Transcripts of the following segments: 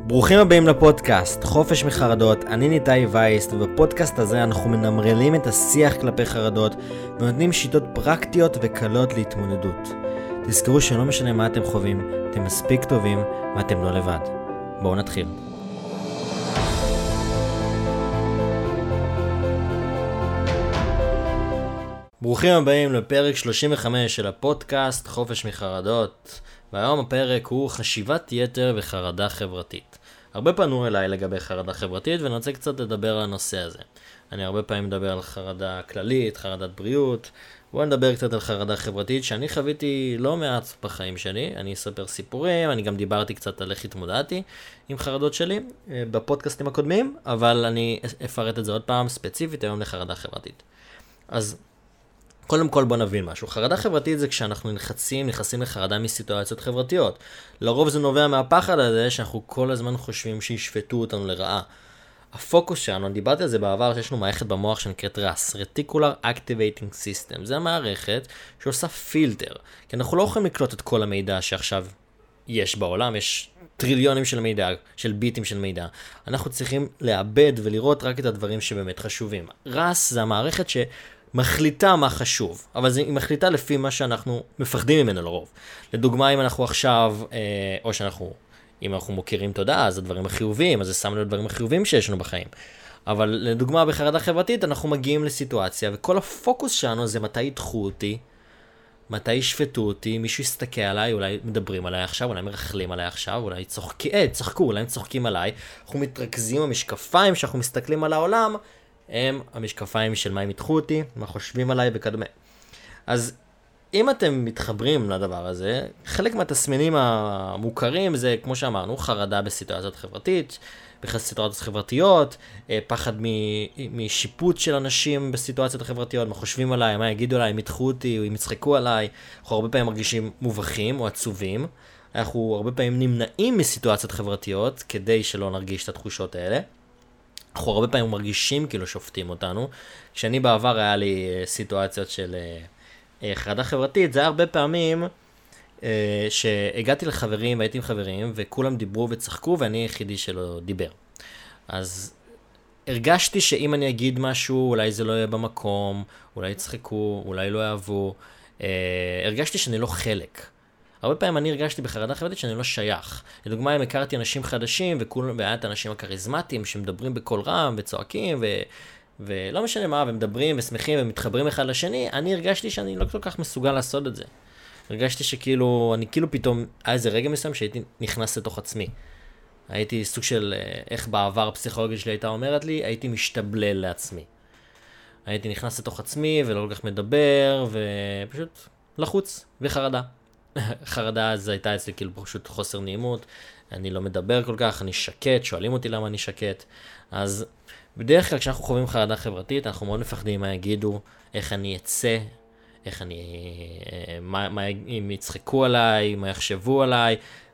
ברוכים הבאים לפודקאסט, חופש מחרדות, אני ניתאי וייסט, ובפודקאסט הזה אנחנו מנמרלים את השיח כלפי חרדות, ונותנים שיטות פרקטיות וקלות להתמודדות. תזכרו שלא משנה מה אתם חווים, אתם מספיק טובים ואתם לא לבד. בואו נתחיל. ברוכים הבאים לפרק 35 של הפודקאסט, חופש מחרדות. והיום הפרק הוא חשיבת יתר וחרדה חברתית. הרבה פנו אליי לגבי חרדה חברתית ואני רוצה קצת לדבר על הנושא הזה. אני הרבה פעמים מדבר על חרדה כללית, חרדת בריאות. בואו נדבר קצת על חרדה חברתית שאני חוויתי לא מעט בחיים שלי. אני אספר סיפורים, אני גם דיברתי קצת על איך התמודדתי עם חרדות שלי בפודקאסטים הקודמים, אבל אני אפרט את זה עוד פעם ספציפית היום לחרדה חברתית. אז קודם כל בוא נבין משהו. חרדה חברתית זה כשאנחנו נכנסים לחרדה מסיטואציות חברתיות. לרוב זה נובע מהפחד הזה שאנחנו כל הזמן חושבים שישפטו אותנו לרעה. הפוקוס שלנו, אני דיברתי על זה בעבר, שיש לנו מערכת במוח שנקראת RAS, Reticular Activating System. זה המערכת שעושה פילטר. כי אנחנו לא יכולים לקלוט את כל המידע שעכשיו יש בעולם, יש טריליונים של מידע, של ביטים של מידע. אנחנו צריכים לאבד ולראות רק את הדברים שבאמת חשובים. RAS זה המערכת מחליטה מה חשוב, אבל היא מחליטה לפי מה שאנחנו מפחדים ממנו לרוב. לדוגמה, אם אנחנו עכשיו, אם אנחנו מוכירים תודה, אז הדברים החיוביים, אז זה שם לנו דברים החיוביים שיש לנו בחיים. אבל לדוגמה, בחרדה חברתית, אנחנו מגיעים לסיטואציה, וכל הפוקוס שלנו זה מתי ידחו אותי, מתי ישפטו אותי, מישהו יסתכל עליי, אולי מדברים עליי עכשיו, אולי מרחלים עליי עכשיו, אולי צוחקו, אולי הם צוחקים עליי. אנחנו מתרכזים במשקפיים שאנחנו מסתכלים על העולם, הם המשקפיים של מה הם ידחו אותי, מה חושבים עליי וכדומה. אז אם אתם מתחברים לדבר הזה, חלק מהתסמינים המוכרים זה, כמו שאמרנו, חרדה בסיטואציות חברתית, בסיטואציות חברתיות, פחד משיפוט של אנשים בסיטואציות החברתיות, מה חושבים עליי, מה יגידו עליי, הם ידחו אותי או הם יצחקו עליי. אנחנו הרבה פעמים מרגישים מובכים או עצובים. אנחנו הרבה פעמים נמנעים מסיטואציות חברתיות כדי שלא נרגיש את התחושות האלה. אנחנו הרבה פעמים מרגישים כאילו שופטים אותנו. כשאני בעבר היה לי סיטואציות של חרדה חברתית, זה היה הרבה פעמים שהגעתי לחברים והייתי עם חברים וכולם דיברו וצחקו ואני היחידי שלא דיבר. אז הרגשתי שאם אני אגיד משהו אולי זה לא יהיה במקום, אולי יצחקו, אולי לא יאהבו. הרגשתי שאני לא חלק. הרבה פעמים אני הרגשתי בחרדה חברתית שאני לא שייך. לדוגמה, אם הכרתי אנשים חדשים, והיה את האנשים הכריזמטיים שמדברים בקול רם וצועקים, ולא משנה מה, ומדברים ושמחים ומתחברים אחד לשני, אני הרגשתי שאני לא כל כך מסוגל לעשות את זה. הרגשתי שכאילו, אני כאילו פתאום, היה איזה רגע מסוים שהייתי נכנס לתוך עצמי. הייתי סוג של, איך בעבר הפסיכולוגית שלי הייתה אומרת לי, הייתי משתבלל לעצמי. הייתי נכנס לתוך עצמי ולא כל כך מדבר, ופשוט לחוץ וחרדה. חרדה אז הייתה אצלי כאילו פשוט חוסר נעימות, אני לא מדבר כל כך, אני שקט, שואלים אותי למה אני שקט. אז בדרך כלל כשאנחנו חווים חרדה חברתית, אנחנו מאוד מפחדים מה יגידו, איך אני אצא, אם יצחקו עליי, מה יחשבו עליי,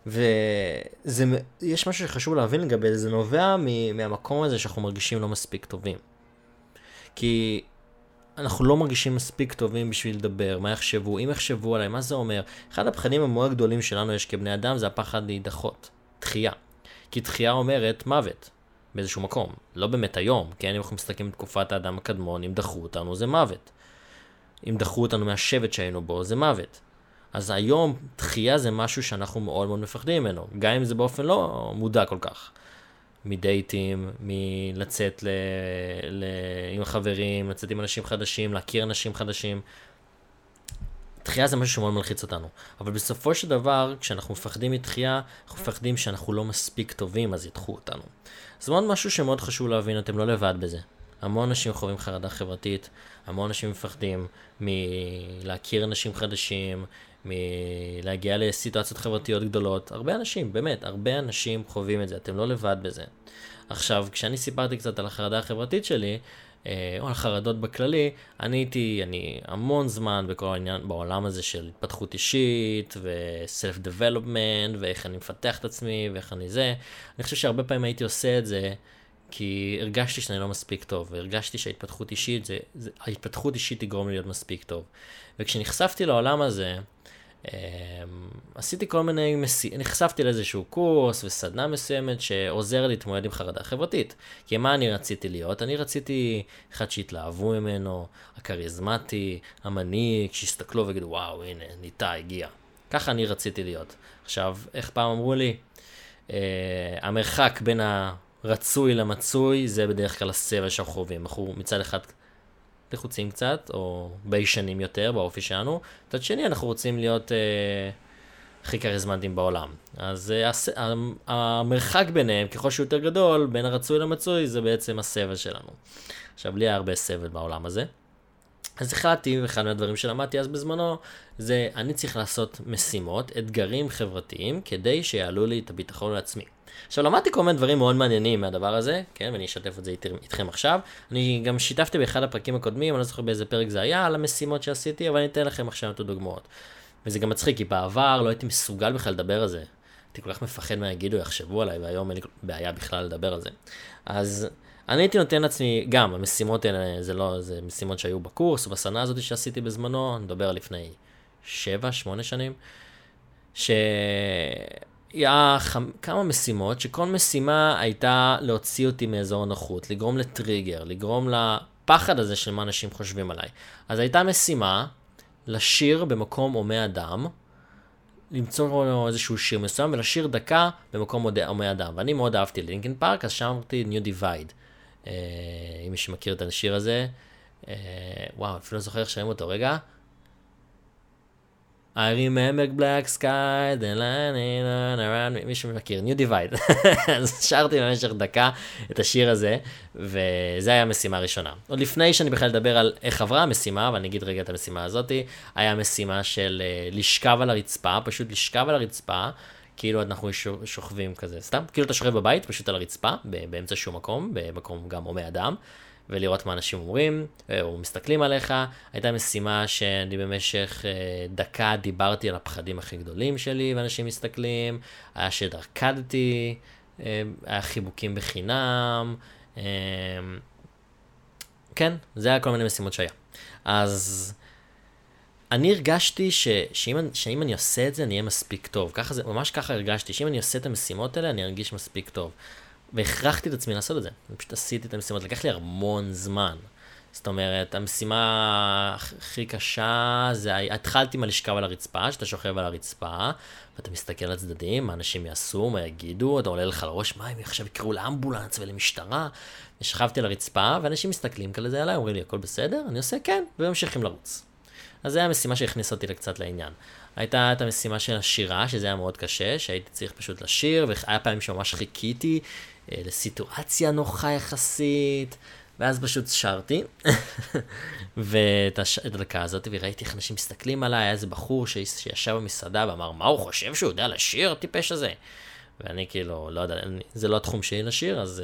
ויש משהו שחשוב להבין לגבי זה, נובע מהמקום הזה שאנחנו מרגישים לא מספיק טובים. כי אנחנו לא מרגישים מספיק טובים בשביל לדבר, מה יחשבו, אם יחשבו עליי, מה זה אומר? אחד הפחדים המאוד גדולים שלנו יש כבני אדם, זה הפחד להידחות, דחייה. כי דחייה אומרת מוות, באיזשהו מקום. לא באמת היום, כן? אם אנחנו מסתכלים בתקופת האדם הקדמון, אם דחו אותנו זה מוות. אם דחו אותנו מהשבט שהיינו בו, זה מוות. אז היום דחייה זה משהו שאנחנו מאוד מאוד מפחדים ממנו, גם אם זה באופן לא מודע כל כך. מדייטים, מלצאת עם חברים, לצאת עם אנשים חדשים, להכיר אנשים חדשים. דחייה זה משהו שמאוד מלחיץ אותנו. אבל בסופו של דבר, כשאנחנו מפחדים מדחייה, אנחנו מפחדים שאנחנו לא מספיק טובים, אז ידחו אותנו. זה מאוד משהו שמאוד חשוב להבין, אתם לא לבד בזה. המון אנשים חווים חרדה חברתית, המון אנשים מפחדים מלהכיר אנשים חדשים, מלהגיע לסיטואציות חברתיות גדולות. הרבה אנשים, באמת, הרבה אנשים חווים את זה, אתם לא לבד בזה. עכשיו, כשאני סיפרתי קצת על החרדה החברתית שלי, או על חרדות בכללי, אני המון זמן בכל העניין, בעולם הזה של התפתחות אישית, ו-self-development, ואיך אני מפתח את עצמי, ואיך אני זה. אני חושב שהרבה פעמים הייתי עושה את זה, כי הרגשתי שאני לא מספיק טוב, והרגשתי שההתפתחות אישית, ההתפתחות אישית תגרום לי להיות מספיק טוב. וכשנחשפתי לעולם הזה, עשיתי כל מיני, נחשפתי לאיזשהו קורס וסדנה מסוימת שעוזר להתמודד עם חרדה חברתית. כי מה אני רציתי להיות? אני רציתי אחד שהתלהבו ממנו, הכריזמטי, המנהיג, שיסתכלו ויגידו, וואו, הנה, ניטה, הגיע. ככה אני רציתי להיות. עכשיו, איך פעם אמרו לי? המרחק בין הרצוי למצוי, זה בדרך כלל הסבל שאנחנו חווים. אנחנו מצד אחד לחוצים קצת, או ביישנים יותר באופי שלנו. מצד שני, אנחנו רוצים להיות הכי כריזמטיים בעולם. אז המרחק ביניהם, ככל שהוא יותר גדול, בין הרצוי למצוי, זה בעצם הסבל שלנו. עכשיו, לי היה הרבה סבל בעולם הזה. אז החלטתי, ואחד מהדברים שלמדתי אז בזמנו, זה אני צריך לעשות משימות, אתגרים חברתיים, כדי שיעלו לי את הביטחון לעצמי. עכשיו, למדתי כל מיני דברים מאוד מעניינים מהדבר הזה, כן, ואני אשתף את זה איתכם עכשיו. אני גם שיתפתי באחד הפרקים הקודמים, אני לא זוכר באיזה פרק זה היה, על המשימות שעשיתי, אבל אני אתן לכם עכשיו את הדוגמאות. וזה גם מצחיק, כי בעבר לא הייתי מסוגל בכלל לדבר על זה. הייתי כל כך מפחד מה יגידו, יחשבו עליי, והיום אין לי בעיה בכלל לדבר על זה. אז אני הייתי נותן לעצמי, גם המשימות האלה, זה משימות שהיו בקורס, בסדנה הזאת שעשיתי בזמנו, אני מדבר לפני 7-8 שנים, היה כמה משימות, שכל משימה הייתה להוציא אותי מאזור הנוחות, לגרום לטריגר, לגרום לפחד הזה של מה אנשים חושבים עליי. אז הייתה משימה לשיר במקום הומי אדם, למצוא איזשהו שיר מסוים, ולשיר דקה במקום הומי אדם. ואני מאוד אהבתי לינקין פארק, אז שם אמרתי New Divide. אם מי שמכיר את השיר הזה, וואו, אפילו לא זוכר איך שרים אותו, רגע. I remember black sky, the line around me, מי שמכיר, New Divide. אז שרתי במשך דקה את השיר הזה, וזה היה המשימה הראשונה. עוד לפני שאני בכלל לדבר על איך עברה המשימה, ואני אגיד רגע את המשימה הזאת, היה משימה של לשכב על הרצפה, פשוט לשכב על הרצפה, כאילו אנחנו שוכבים כזה, סתם, כאילו אתה שוכב בבית, פשוט על הרצפה, באמצע שום מקום, במקום גם הומי אדם, ולראות מה אנשים אומרים, או מסתכלים עליך. הייתה משימה שאני במשך דקה דיברתי על הפחדים הכי גדולים שלי, ואנשים מסתכלים, היה שדרקדתי, היה חיבוקים בחינם, כן, זה היה כל מיני משימות שהיה. אז אני הרגשתי שאם אני עושה את זה, אני אהיה מספיק טוב. ממש ככה הרגשתי, שאם אני עושה את המשימות האלה, אני ארגיש מספיק טוב. והכרחתי את עצמי לעשות את זה. אני פשוט עשיתי את המשימות, לקח לי המון זמן. זאת אומרת, המשימה הכי קשה, התחלתי מלשכב על הרצפה, שאתה שוכב על הרצפה, ואתה מסתכל על הצדדים, מה אנשים יעשו, מה יגידו, אתה עולה לך לראש, מה הם עכשיו יקראו לאמבולנס ולמשטרה, ושכבתי על הרצפה, ואנשים מסתכלים כזה עליי, אומרים לי, הכל בסדר? אני עושה כן, וממשיכים לרוץ. אז זו הייתה המשימה שהכניסה אותי קצת לעניין. הייתה את המשימה של השירה, שזה היה מאוד קשה, שהייתי צריך פשוט לשיר, והיה פעמים שממש חיכיתי לסיטואציה נוחה יחסית, ואז פשוט שרתי, ואת הדקה הזאת, וראיתי איך אנשים מסתכלים עליי, היה איזה בחור שישב במסעדה ואמר, מה הוא חושב שהוא יודע לשיר, הטיפש הזה? ואני כאילו, לא יודע, זה לא התחום שלי לשיר, אז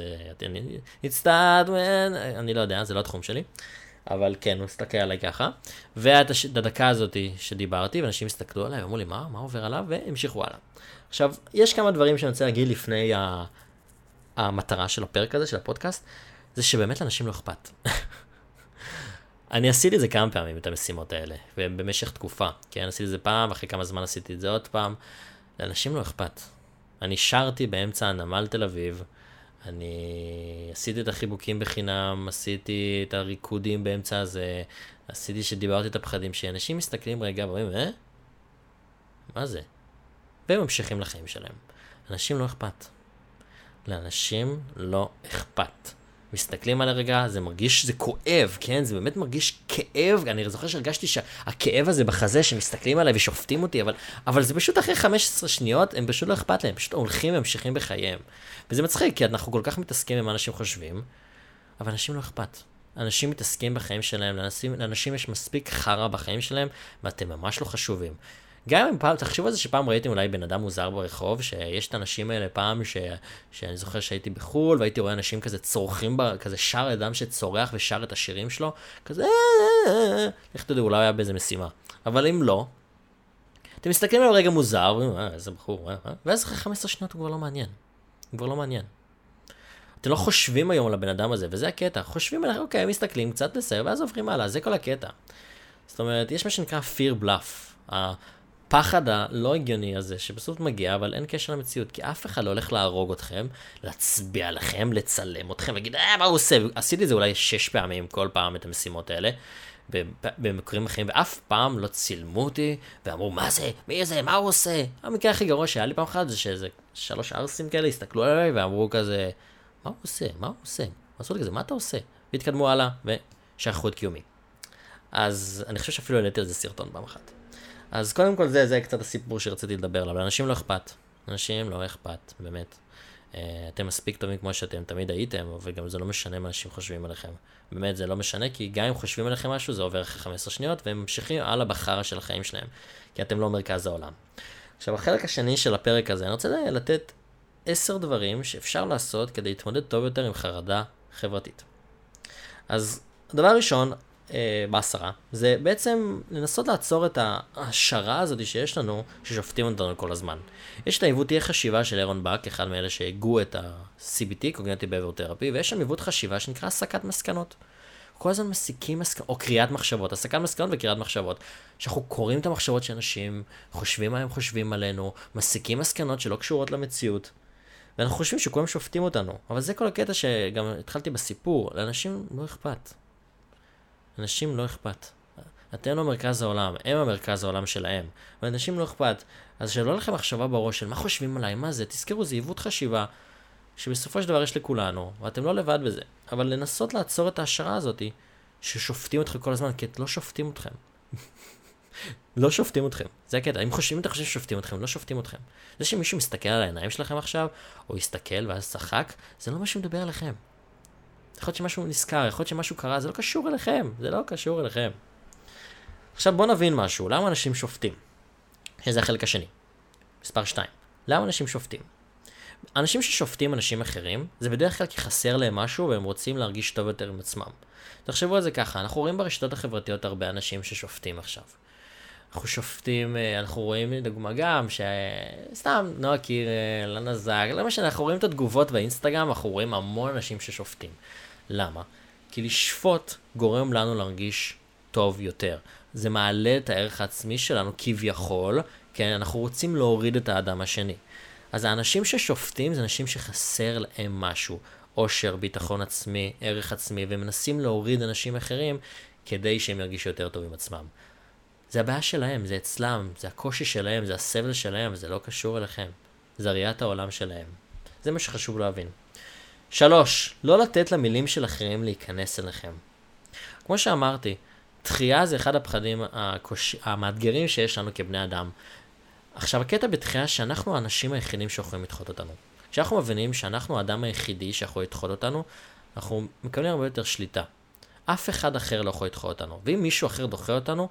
אני לא יודע, זה לא התחום שלי. אבל כן, הוא הסתכל עליי ככה, ואת הדקה הזאת שדיברתי, ואנשים הסתכלו עליי, ואמרו לי, מה עובר עליו? והמשיכו הלאה. עכשיו, יש כמה דברים שאני רוצה להגיד לפני המטרה של הפרק הזה, של הפודקאסט, זה שבאמת לאנשים לא אכפת. אני עשיתי את זה כמה פעמים, את המשימות האלה, ובמשך תקופה, כן, עשיתי את זה פעם, ואחרי כמה זמן עשיתי את זה עוד פעם, לאנשים לא אכפת. אני שרתי באמצע הנמל תל אביב, אני עשיתי את החיבוקים בחינם, עשיתי את הריקודים באמצע הזה, עשיתי שדיברתי את הפחדים, שאנשים מסתכלים רגע ואומרים, מה זה? והם ממשיכים לחיים שלהם. אנשים לא אכפת. לאנשים לא אכפת. מסתכלים על הרגע, זה מרגיש, זה כואב, כן? זה באמת מרגיש כאב. אני זוכר שהרגשתי שהכאב הזה בחזה, שמסתכלים עליי ושופטים אותי, אבל זה פשוט אחרי 15 שניות, הם פשוט לא אכפת להם, פשוט הולכים וממשיכים בחייהם. וזה מצחיק, כי אנחנו כל כך מתעסקים עם מה אנשים חושבים, אבל אנשים לא אכפת. אנשים מתעסקים בחיים שלהם, לאנשים יש מספיק חרה בחיים שלהם, ואתם ממש לא חשובים. גם אם פעם, תחשבו על זה שפעם ראיתם אולי בן אדם מוזר ברחוב, שיש את האנשים האלה פעם שאני זוכר שהייתי בחול, והייתי רואה אנשים כזה צורכים, כזה שר אדם שצורח ושר את השירים שלו, כזה, איך תדעו, אולי היה באיזה משימה. אבל אם לא, אתם מסתכלים על רגע מוזר, איזה בחור, ואז אחרי 15 שניות הוא כבר לא מעניין. הוא כבר לא מעניין. אתם לא חושבים היום על הבן אדם הזה, וזה הקטע. חושבים עליך, אוקיי, מסתכלים קצת בסדר, ואז עוברים הלאה, זה כל הקטע. זאת אומרת, יש מה שנקרא fear bluff. הפחד הלא הגיוני הזה, שבסוף מגיע, אבל אין קשר למציאות, כי אף אחד לא הולך להרוג אתכם, להצביע לכם, לצלם אתכם, להגיד, מה הוא עושה? עשיתי את זה אולי 6 פעמים, כל פעם את המשימות האלה, במקרים אחרים, ואף פעם לא צילמו אותי, ואמרו, מה זה? מי זה? מה הוא עושה? המקרה הכי גרוע שהיה לי פעם אחת, זה שזה 3 ערסים כאלה, הסתכלו עליי, ואמרו כזה, מה הוא עושה? מה הוא עושה? עשו לי כזה, מה אתה עושה? והתקדמו הלאה, ושכחו את קיומי. אז אני חושב שאפילו העליתי על זה סרטון פעם אחת. אז קודם כל זה קצת הסיפור שרציתי לדבר עליו. לאנשים לא אכפת. אנשים לא אכפת, באמת. אתם מספיק טובים כמו שאתם תמיד הייתם, וגם זה לא משנה מה אנשים חושבים עליכם. באמת זה לא משנה, כי גם אם חושבים עליכם משהו, זה עובר אחרי 15 שניות, והם ממשיכים הלאה בחרה של החיים שלהם. כי אתם לא מרכז העולם. עכשיו, החלק השני של הפרק הזה, אני רוצה לתת 10 דברים שאפשר לעשות כדי להתמודד טוב יותר עם חרדה חברתית. אז הדבר הראשון, ב10, זה בעצם לנסות לעצור את ההשערה הזאת שיש לנו, ששופטים אותנו כל הזמן. יש את העיוותי חשיבה של אירון באק, אחד מאלה שהגו את ה-CBT, קוגניטיב ביהביור תרפי, ויש שם עיוות חשיבה שנקרא הסקת מסקנות. כל הזמן מסיקים מסקנות, או קריאת מחשבות, הסקת מסקנות וקריאת מחשבות. שאנחנו קוראים את המחשבות של אנשים, חושבים מה הם חושבים עלינו, מסיקים מסקנות שלא קשורות למציאות, ואנחנו חושבים שכולם שופטים אותנו. אבל זה כל הקטע שגם התחלתי בסיפור, לאנשים לא אכפת. אנשים לא אכפת. אתם לא מרכז העולם, הם המרכז העולם שלהם. ואנשים לא אכפת. אז שלא לכם מחשבה בראש של מה חושבים עליי, מה זה? תזכרו, זה עיוות חשיבה, שבסופו של דבר יש לכולנו, ואתם לא לבד בזה. אבל לנסות לעצור את ההשערה הזאת, ששופטים אתכם כל הזמן, כי לא שופטים אתכם. לא שופטים אתכם. זה הקטע. אם אתם חושבים ששופטים אתכם, לא שופטים אתכם. זה שמישהו מסתכל על העיניים שלכם עכשיו, או יסתכל ואז צחק, זה לא מה שמדבר עליכם. יכול להיות שמשהו נזכר, יכול להיות שמשהו קרה, זה לא קשור אליכם. זה לא קשור אליכם. עכשיו בוא נבין משהו. למה אנשים שופטים? שזה החלק השני. מספר 2. למה אנשים שופטים? אנשים ששופטים אנשים אחרים, זה בדרך כלל כי חסר להם משהו, והם רוצים להרגיש טוב יותר עם עצמם. תחשבו על זה ככה, אנחנו רואים ברשתות החברתיות הרבה אנשים ששופטים עכשיו. אנחנו שופטים, אנחנו רואים לדוגמה גם, סתם נועה קירל, לנה זק, לא משנה, אנחנו רואים את התגובות באינסטגרם, אנחנו רואים המון אנשים ששופטים. למה? כי לשפוט גורם לנו להרגיש טוב יותר. זה מעלה את הערך העצמי שלנו כביכול, כן, אנחנו רוצים להוריד את האדם השני. אז האנשים ששופטים זה אנשים שחסר להם משהו, עושר, ביטחון עצמי, ערך עצמי, ומנסים להוריד אנשים אחרים כדי שהם ירגישו יותר טוב עם עצמם. זה הבעיה שלהם, זה אצלם, זה הקושי שלהם, זה הסבל שלהם, זה לא קשור אליכם. זה ראיית העולם שלהם. זה מה שחשוב להבין. 3. לא לתת למילים של אחרים להיכנס אליכם. כמו שאמרתי, דחייה זה אחד הפחדים המאתגרים שיש לנו כבני אדם. עכשיו, הקטע בתחייה שאנחנו האנשים היחידים שיכולים לדחות אותנו. כשאנחנו מבינים שאנחנו האדם היחידי שיכול לדחות אותנו, אנחנו מקבלים הרבה יותר שליטה. אף אחד אחר לא יכול לדחות אותנו. ואם מישהו אחר דוחה אותנו,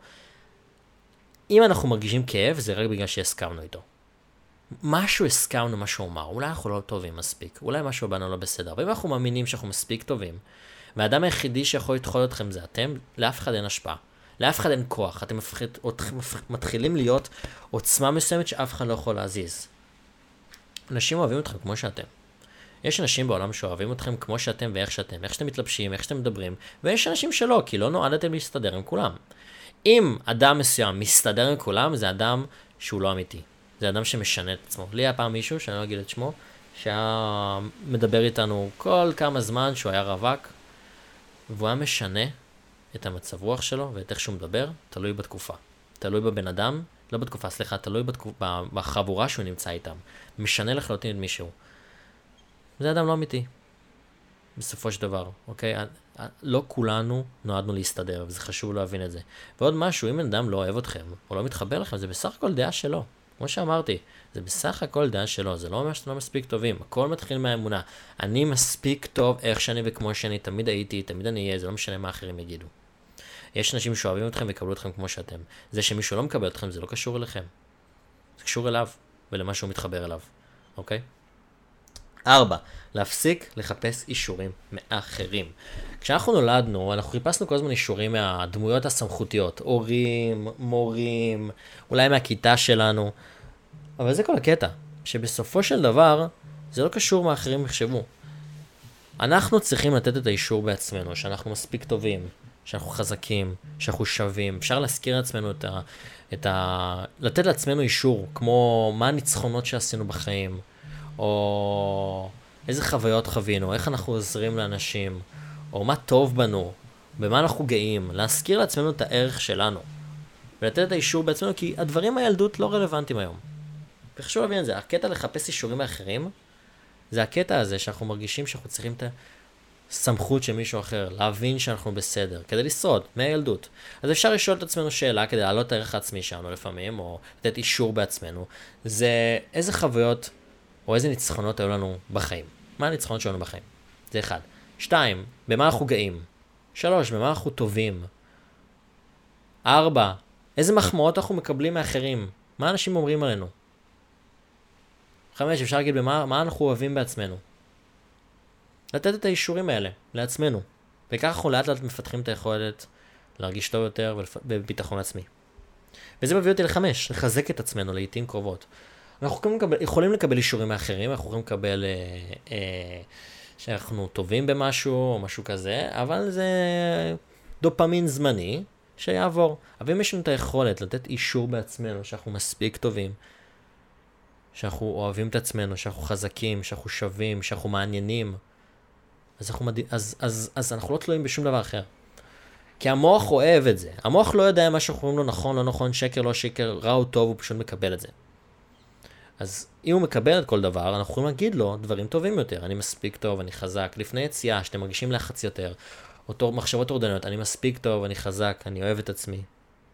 אם אנחנו מרגישים כאב, זה רק בגלל שהסכמנו איתו. משהו הסכמנו, משהו אומר. אולי אנחנו לא טובים מספיק. אולי משהו בנו לא בסדר. ואם אנחנו מאמינים שאנחנו מספיק טובים, והאדם היחידי שיכול לדחות אתכם זה אתם, לאף אחד אין השפעה. לאף אחד אין כוח. אתם מתחילים להיות עוצמה מסוימת שאף אחד לא יכול להזיז. אנשים אוהבים אתכם כמו שאתם. יש אנשים בעולם שאוהבים אתכם כמו שאתם ואיך שאתם. איך שאתם מתלבשים, איך שאתם מדברים. ויש אנשים שלא, כי לא נועדתם להסתדר עם כולם. אם אדם מסוים מסתדר עם כולם, זה אדם שהוא לא אמיתי. זה אדם שמשנה את עצמו. לי היה פעם מישהו, שאני לא אגיד את שמו, שהיה מדבר איתנו כל כמה זמן שהוא היה רווק, והוא היה משנה את המצב רוח שלו ואת איך שהוא מדבר, תלוי בתקופה. תלוי בבן אדם, לא בתקופה, סליחה, תלוי בחבורה שהוא נמצא איתם. משנה לחלוטין את מישהו. זה אדם לא אמיתי. בסופו של דבר, אוקיי? לא כולנו נועדנו להסתדר, וזה חשוב להבין את זה. ועוד משהו, אם אדם לא אוהב אתכם, או לא מתחבר לכם, זה בסך הכל דעה שלו. כמו שאמרתי, זה בסך הכל דעה שלו, זה לא אומר שאתם לא מספיק טובים, הכל מתחיל מהאמונה. אני מספיק טוב איך שאני וכמו שאני, תמיד הייתי, תמיד אני אהיה, זה לא משנה מה אחרים יגידו. יש אנשים שאוהבים אתכם ויקבלו אתכם כמו שאתם. זה שמישהו לא מקבל אתכם, זה לא קשור אליכם. זה קשור אליו, ולמה שהוא מתחבר אליו. אוקיי? 4. להפסיק לחפש אישורים מאחרים. כשאנחנו נולדנו, אנחנו חיפשנו כל הזמן אישורים מהדמויות הסמכותיות. הורים, מורים, אולי מהכיתה שלנו. אבל זה כל הקטע. שבסופו של דבר, זה לא קשור מה אחרים יחשבו. אנחנו צריכים לתת את האישור בעצמנו, שאנחנו מספיק טובים. שאנחנו חזקים, שאנחנו שווים. אפשר להזכיר לעצמנו לתת לעצמנו אישור, כמו מה הניצחונות שעשינו בחיים, או איזה חוויות חווינו, איך אנחנו עוזרים לאנשים, או מה טוב בנו, במה אנחנו גאים, להזכיר לעצמנו את הערך שלנו, ולתת את האישור בעצמנו, כי הדברים מהילדות לא רלוונטיים היום. וחשוב להבין את זה, הקטע לחפש אישורים מאחרים, זה הקטע הזה שאנחנו מרגישים שאנחנו צריכים את הסמכות של מישהו אחר, להבין שאנחנו בסדר, כדי לשרוד, מהילדות. אז אפשר לשאול את עצמנו שאלה כדי להעלות את הערך העצמי שלנו לפעמים, או לתת אישור בעצמנו, זה איזה חוויות או איזה ניצחונות היו לנו בחיים. מה הניצחונות שלנו בחיים? זה 1. 2. במה אנחנו גאים? 3. במה אנחנו טובים? 4. איזה מחמאות אנחנו מקבלים מאחרים? מה אנשים אומרים עלינו? 5. אפשר להגיד מה אנחנו אוהבים בעצמנו. לתת את האישורים האלה לעצמנו. וכך אנחנו לאט לאט מפתחים את היכולת להרגיש טוב יותר ובביטחון עצמי. וזה מביא אותי ל5, לחזק את עצמנו לעתים קרובות. אנחנו יכולים לקבל אישורים מאחרים, אנחנו יכולים לקבל שאנחנו טובים במשהו או משהו כזה, אבל זה דופמין זמני שיעבור. אבל אם יש לנו את היכולת לתת אישור בעצמנו, שאנחנו מספיק טובים, שאנחנו אוהבים את עצמנו, שאנחנו חזקים, שאנחנו שווים, שאנחנו מעניינים, אז אנחנו לא תלויים בשום דבר אחר. כי המוח אוהב את זה. המוח לא יודע מה שאנחנו אומרים לו נכון, לא נכון, שקר, לא שקר, רע או טוב, הוא פשוט מקבל את זה. אז אם הוא מקבל את כל דבר, אנחנו יכולים להגיד לו דברים טובים יותר. אני מספיק טוב, אני חזק. לפני יציאה, שאתם מרגישים לחץ יותר, אותו מחשבות טורדניות, אני מספיק טוב, אני חזק, אני אוהב את עצמי.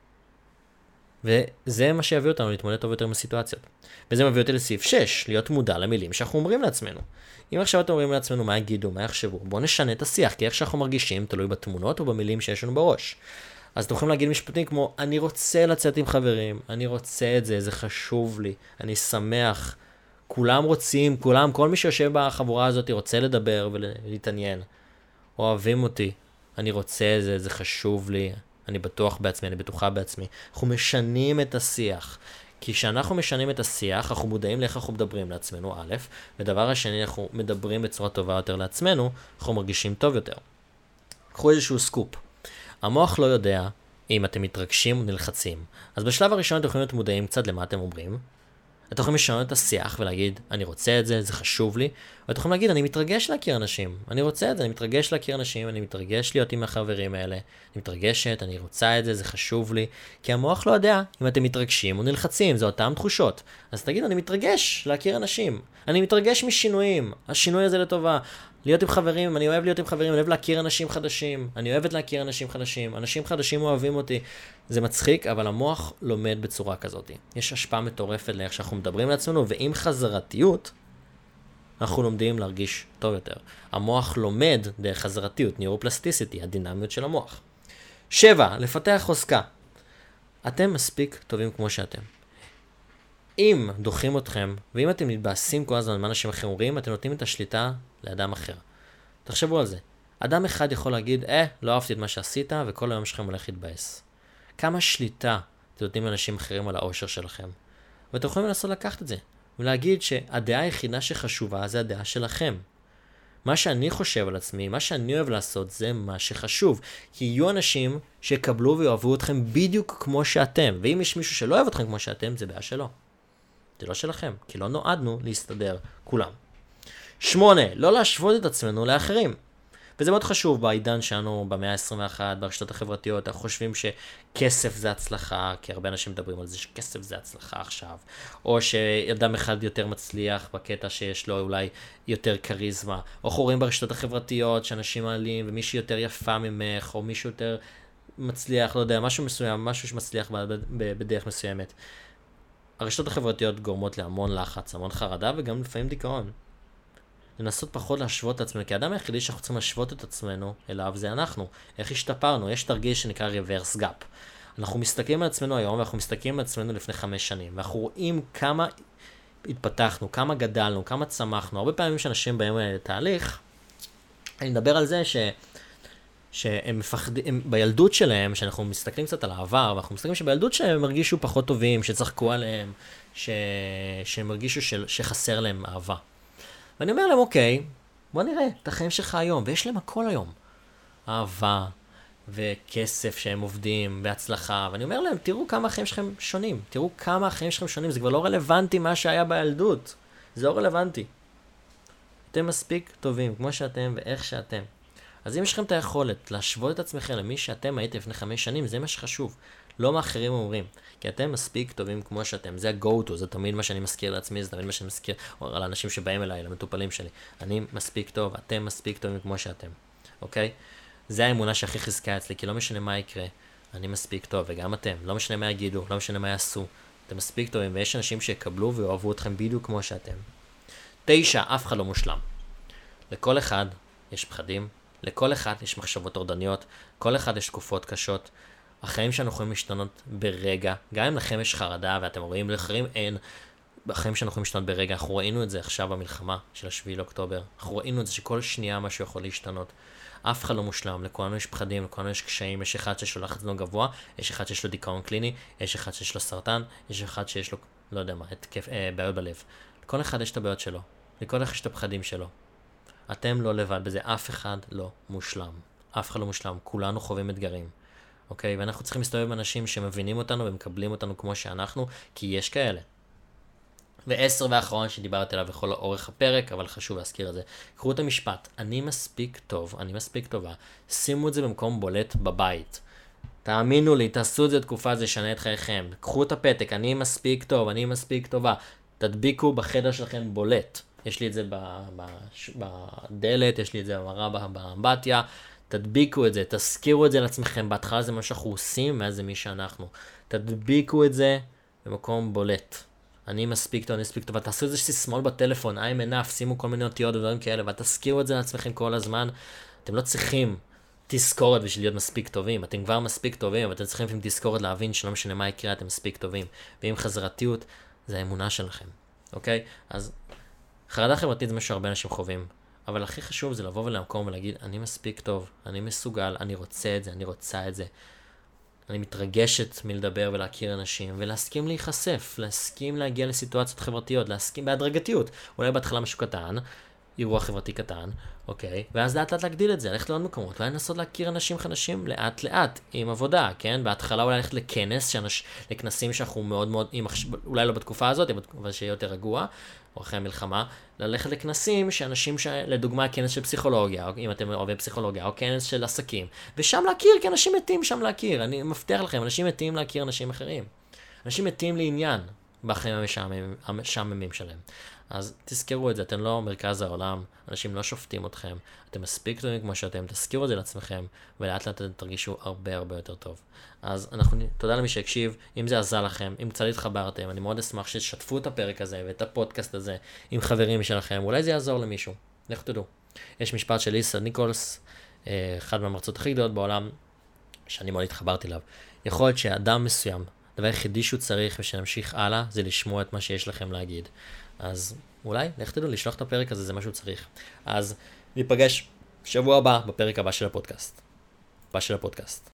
וזה מה שיביא אותנו להתמודד טוב יותר מסיטואציות. וזה מביא אותי לסעיף 6, להיות מודע למילים שאנחנו אומרים לעצמנו. אם עכשיו אתם אומרים לעצמנו מה יגידו, מה יחשבו, בואו נשנה את השיח, כי איך שאנחנו מרגישים תלוי בתמונות או במילים שיש לנו בראש. אז אתם יכולים להגיד משפטים כמו, אני רוצה לצאת עם חברים, אני רוצה את זה, זה חשוב לי, אני שמח, כולם רוצים, כל מי שיושב בחבורה הזאת רוצה לדבר ולהתעניין. אוהבים אותי, אני רוצה את זה, זה חשוב לי, אני בטוח בעצמי, אני בטוחה בעצמי. אנחנו משנים את השיח. כי כשאנחנו משנים את השיח, אנחנו מודעים לאיך אנחנו מדברים לעצמנו, א', ודבר השני, אנחנו מדברים בצורה טובה יותר לעצמנו, אנחנו מרגישים טוב יותר. קחו איזשהו סקופ. המוח לא יודע אם אתם מתרגשים או נלחצים. אז בשלב הראשון אתם יכולים להיות מודעים קצת למה אתם אומרים. אתם יכולים לשנות את השיח ולהגיד, אני רוצה את זה, זה חשוב לי. ואתם יכולים להגיד, אני מתרגש להכיר אנשים. אני רוצה את זה, אני מתרגש להכיר אנשים, אני מתרגש להיות עם החברים האלה. אני מתרגשת, אני רוצה את זה, זה חשוב לי. כי המוח לא יודע אם אתם מתרגשים או נלחצים, זה אותם תחושות. אז תגיד, אני מתרגש להכיר אנשים. אני מתרגש משינויים. השינוי הזה לטובה. להיות עם חברים, אני אוהב להיות עם חברים, אני אוהב להכיר אנשים חדשים. אני אוהבת להכיר אנשים חדשים. אנשים חדשים אוהבים אותי. זה מצחיק, אבל המוח לומד בצורה כזאת. יש השפעה מטורפת לאיך שאנחנו מדברים לעצמנו, ועם חזרתיות, אנחנו לומדים להרגיש טוב יותר. המוח לומד דרך חזרתיות, ניורופלסטיסיטי, הדינמיות של המוח. 7. לפתח חוזקה. אתם מספיק טובים כמו שאתם. אם דוחים אתכם, ואם אתם מתבאסים כל הזמן מה אנשים אחרים אומרים, אתם נותנים את השליטה לאדם אחר. תחשבו על זה. אדם אחד יכול להגיד, לא אהבתי את מה שעשית, וכל היום שלכם הולך להתבאס. כמה שליטה אתם נותנים לאנשים אחרים על האושר שלכם. ואתם יכולים לנסות לקחת את זה, ולהגיד שהדעה היחידה שחשובה זה הדעה שלכם. מה שאני חושב על עצמי, מה שאני אוהב לעשות, זה מה שחשוב. כי יהיו אנשים שיקבלו ויאהבו אתכם בדיוק כמו שאתם. ואם יש מישהו שלא אוהב אתכם כמו שאתם, זה בעיה שלו. זה לא שלכם, כי לא נועדנו להסתדר כולם. 8. לא להשוות את עצמנו לאחרים. וזה מאוד חשוב בעידן שלנו במאה ה-21, ברשתות החברתיות, אנחנו חושבים שכסף זה הצלחה, כי הרבה אנשים מדברים על זה שכסף זה הצלחה עכשיו, או שאדם אחד יותר מצליח בקטע שיש לו אולי יותר קריזמה, או חורים ברשתות החברתיות שאנשים מעלים, ומישהו יותר יפה ממך, או מישהו יותר מצליח, לא יודע, משהו מסוים, משהו שמצליח בדרך מסוימת. הרשתות החברתיות גורמות להמון לחץ, המון חרדה, וגם לפעמים דיכאון. לנסות פחות להשוות את עצמנו, כי האדם היחידי שאנחנו צריכים להשוות את עצמנו אליו זה אנחנו. איך השתפרנו? יש תרגיל שנקרא reverse gap. אנחנו מסתכלים על עצמנו היום, ואנחנו מסתכלים על עצמנו לפני 5 שנים, ואנחנו רואים כמה התפתחנו, כמה גדלנו, כמה צמחנו. הרבה פעמים שאנשים באים לתהליך, אני מדבר על זה שהם מפחדים, בילדות שלהם, שאנחנו מסתכלים קצת על העבר, ואנחנו מסתכלים שבילדות שלהם הרגישו פחות טובים, שצחקו עליהם, שהם הרגישו שחסר להם אהבה. ואני אומר להם, אוקיי, בוא נראה את החיים שלך היום, ויש להם הכל היום. אהבה, וכסף שהם עובדים, והצלחה, ואני אומר להם, תראו כמה החיים שלכם שונים, תראו כמה החיים שלכם שונים, זה כבר לא רלוונטי מה שהיה בילדות, זה לא רלוונטי. אתם מספיק טובים, כמו שאתם ואיך שאתם. אז אם יש לכם את היכולת להשוות את עצמכם למי שאתם הייתם לפני 5 שנים, זה מה שחשוב. לא מה אחרים אומרים. כי אתם מספיק טובים כמו שאתם. זה ה-go-to, זה תמיד מה שאני מזכיר לעצמי, זה תמיד מה שאני מזכיר על האנשים שבאים אליי, למטופלים שלי. אני מספיק טוב, אתם מספיק טובים כמו שאתם. אוקיי? זה האמונה שהכי חזקה אצלי, כי לא משנה מה יקרה, אני מספיק טוב, וגם אתם. לא משנה מה יגידו, לא משנה מה יעשו. אתם מספיק טובים, ויש אנשים שיקבלו ואוהבו אתכם בדיוק כמו שאתם. 9, אף אחד לא מושלם. לכל אחד יש פחדים, לכל אחד יש מחשבות טורדניות, כל אחד יש תקופות קשות. החיים שלנו יכולים להשתנות ברגע, גם אם לכם יש חרדה ואתם רואים לאחרים אין, החיים שלנו יכולים להשתנות ברגע. אנחנו ראינו את זה עכשיו במלחמה של 7 לאוקטובר, אנחנו ראינו את זה שכל שנייה משהו יכול להשתנות. אף אחד לא מושלם, לכולנו יש פחדים, לכולנו יש קשיים, יש אחד שיש לו לחץ לא גבוה, יש אחד שיש לו דיכאון קליני, יש אחד שיש לו סרטן, יש אחד שיש לו, לא יודע מה, בעיות בלב. לכל אחד יש את הבעיות שלו, לכל אחד יש את הפחדים שלו. אתם לא לבד בזה, אף אחד לא מושלם. אף אחד לא מושלם, כולנו חווים אתגרים. אוקיי? ואנחנו צריכים להסתובב עם אנשים שמבינים אותנו ומקבלים אותנו כמו שאנחנו, כי יש כאלה. ו10 והאחרון שדיברתי עליו בכל אורך הפרק, אבל חשוב להזכיר את זה. קחו את המשפט, אני מספיק טוב, אני מספיק טובה. שימו את זה במקום בולט בבית. תאמינו לי, תעשו את זה תקופה, זה ישנה את חייכם. קחו את הפתק, אני מספיק טוב, אני מספיק טובה. תדביקו בחדר שלכם בולט. יש לי את זה בדלת, יש לי את זה במראה באמבטיה. תדביקו את זה, תזכירו את זה לעצמכם. בהתחלה זה מה שאנחנו עושים, ואז זה מי שאנחנו. תדביקו את זה במקום בולט. אני מספיק טוב, אני מספיק טוב. תעשו את זה סיסמאות בטלפון, I'm enough, שימו כל מיני אותיות ודברים כאלה, ותזכירו את זה לעצמכם כל הזמן. אתם לא צריכים תזכורת בשביל להיות מספיק טובים. אתם כבר מספיק טובים, אבל אתם צריכים לפעמים תזכורת להבין שלא משנה מה יקרה, אתם מספיק טובים. ואם חזרתיות, זה האמונה שלכם. אוקיי? אז חרדה חברתית זה מה שהרבה אנשים חווים. אבל הכי חשוב זה לבוא ולמקום ולהגיד, אני מספיק טוב, אני מסוגל, אני רוצה את זה, אני רוצה את זה. אני מתרגשת מלדבר ולהכיר אנשים, ולהסכים להיחשף, להסכים להגיע לסיטואציות חברתיות, להסכים בהדרגתיות. אולי בהתחלה משהו קטן, אירוע חברתי קטן, אוקיי? ואז לאט לאט להגדיל את זה, ללכת לעוד מקומות, אולי לנסות להכיר אנשים חדשים לאט לאט, עם עבודה, כן? בהתחלה אולי ללכת לכנס, לכנסים שאנחנו מאוד מאוד, אולי לא בתקופה הזאת, אבל שיהיה יותר רגוע, או אחרי המלחמה, ללכת לכנסים שאנשים, לדוגמה, כנס של פסיכולוגיה, או אם אתם אוהבי פסיכולוגיה, או כנס של עסקים, ושם להכיר, כי אנשים מתים שם להכיר, אני מבטיח לכם, אנשים מתים להכיר אנשים אחרים. אנשים מתים לעניין בחיים המשעממים שלהם. אז תזכרו את זה, אתם לא מרכז העולם, אנשים לא שופטים אתכם, אתם מספיק טובים כמו שאתם, תזכירו את זה לעצמכם, ולאט לאט אתם תרגישו הרבה הרבה יותר טוב. אז תודה למי שהקשיב, אם זה עזר לכם, אם קצת התחברתם, אני מאוד אשמח שתשתפו את הפרק הזה ואת הפודקאסט הזה עם חברים שלכם, אולי זה יעזור למישהו, לכו תדעו. יש משפט של ליסה ניקולס, אחד מהמרצות הכי גדולות בעולם, שאני מאוד התחברתי אליו. יכול להיות שאדם מסוים, דבר היחידי שהוא צריך ושנמשיך הלאה, זה לשמוע את מה שיש לכם להגיד. אז אולי, לך תדעו, לשלוח את הפרק הזה, זה מה שהוא צריך. אז ניפגש שבוע הבא בפרק הבא של הפודקאסט.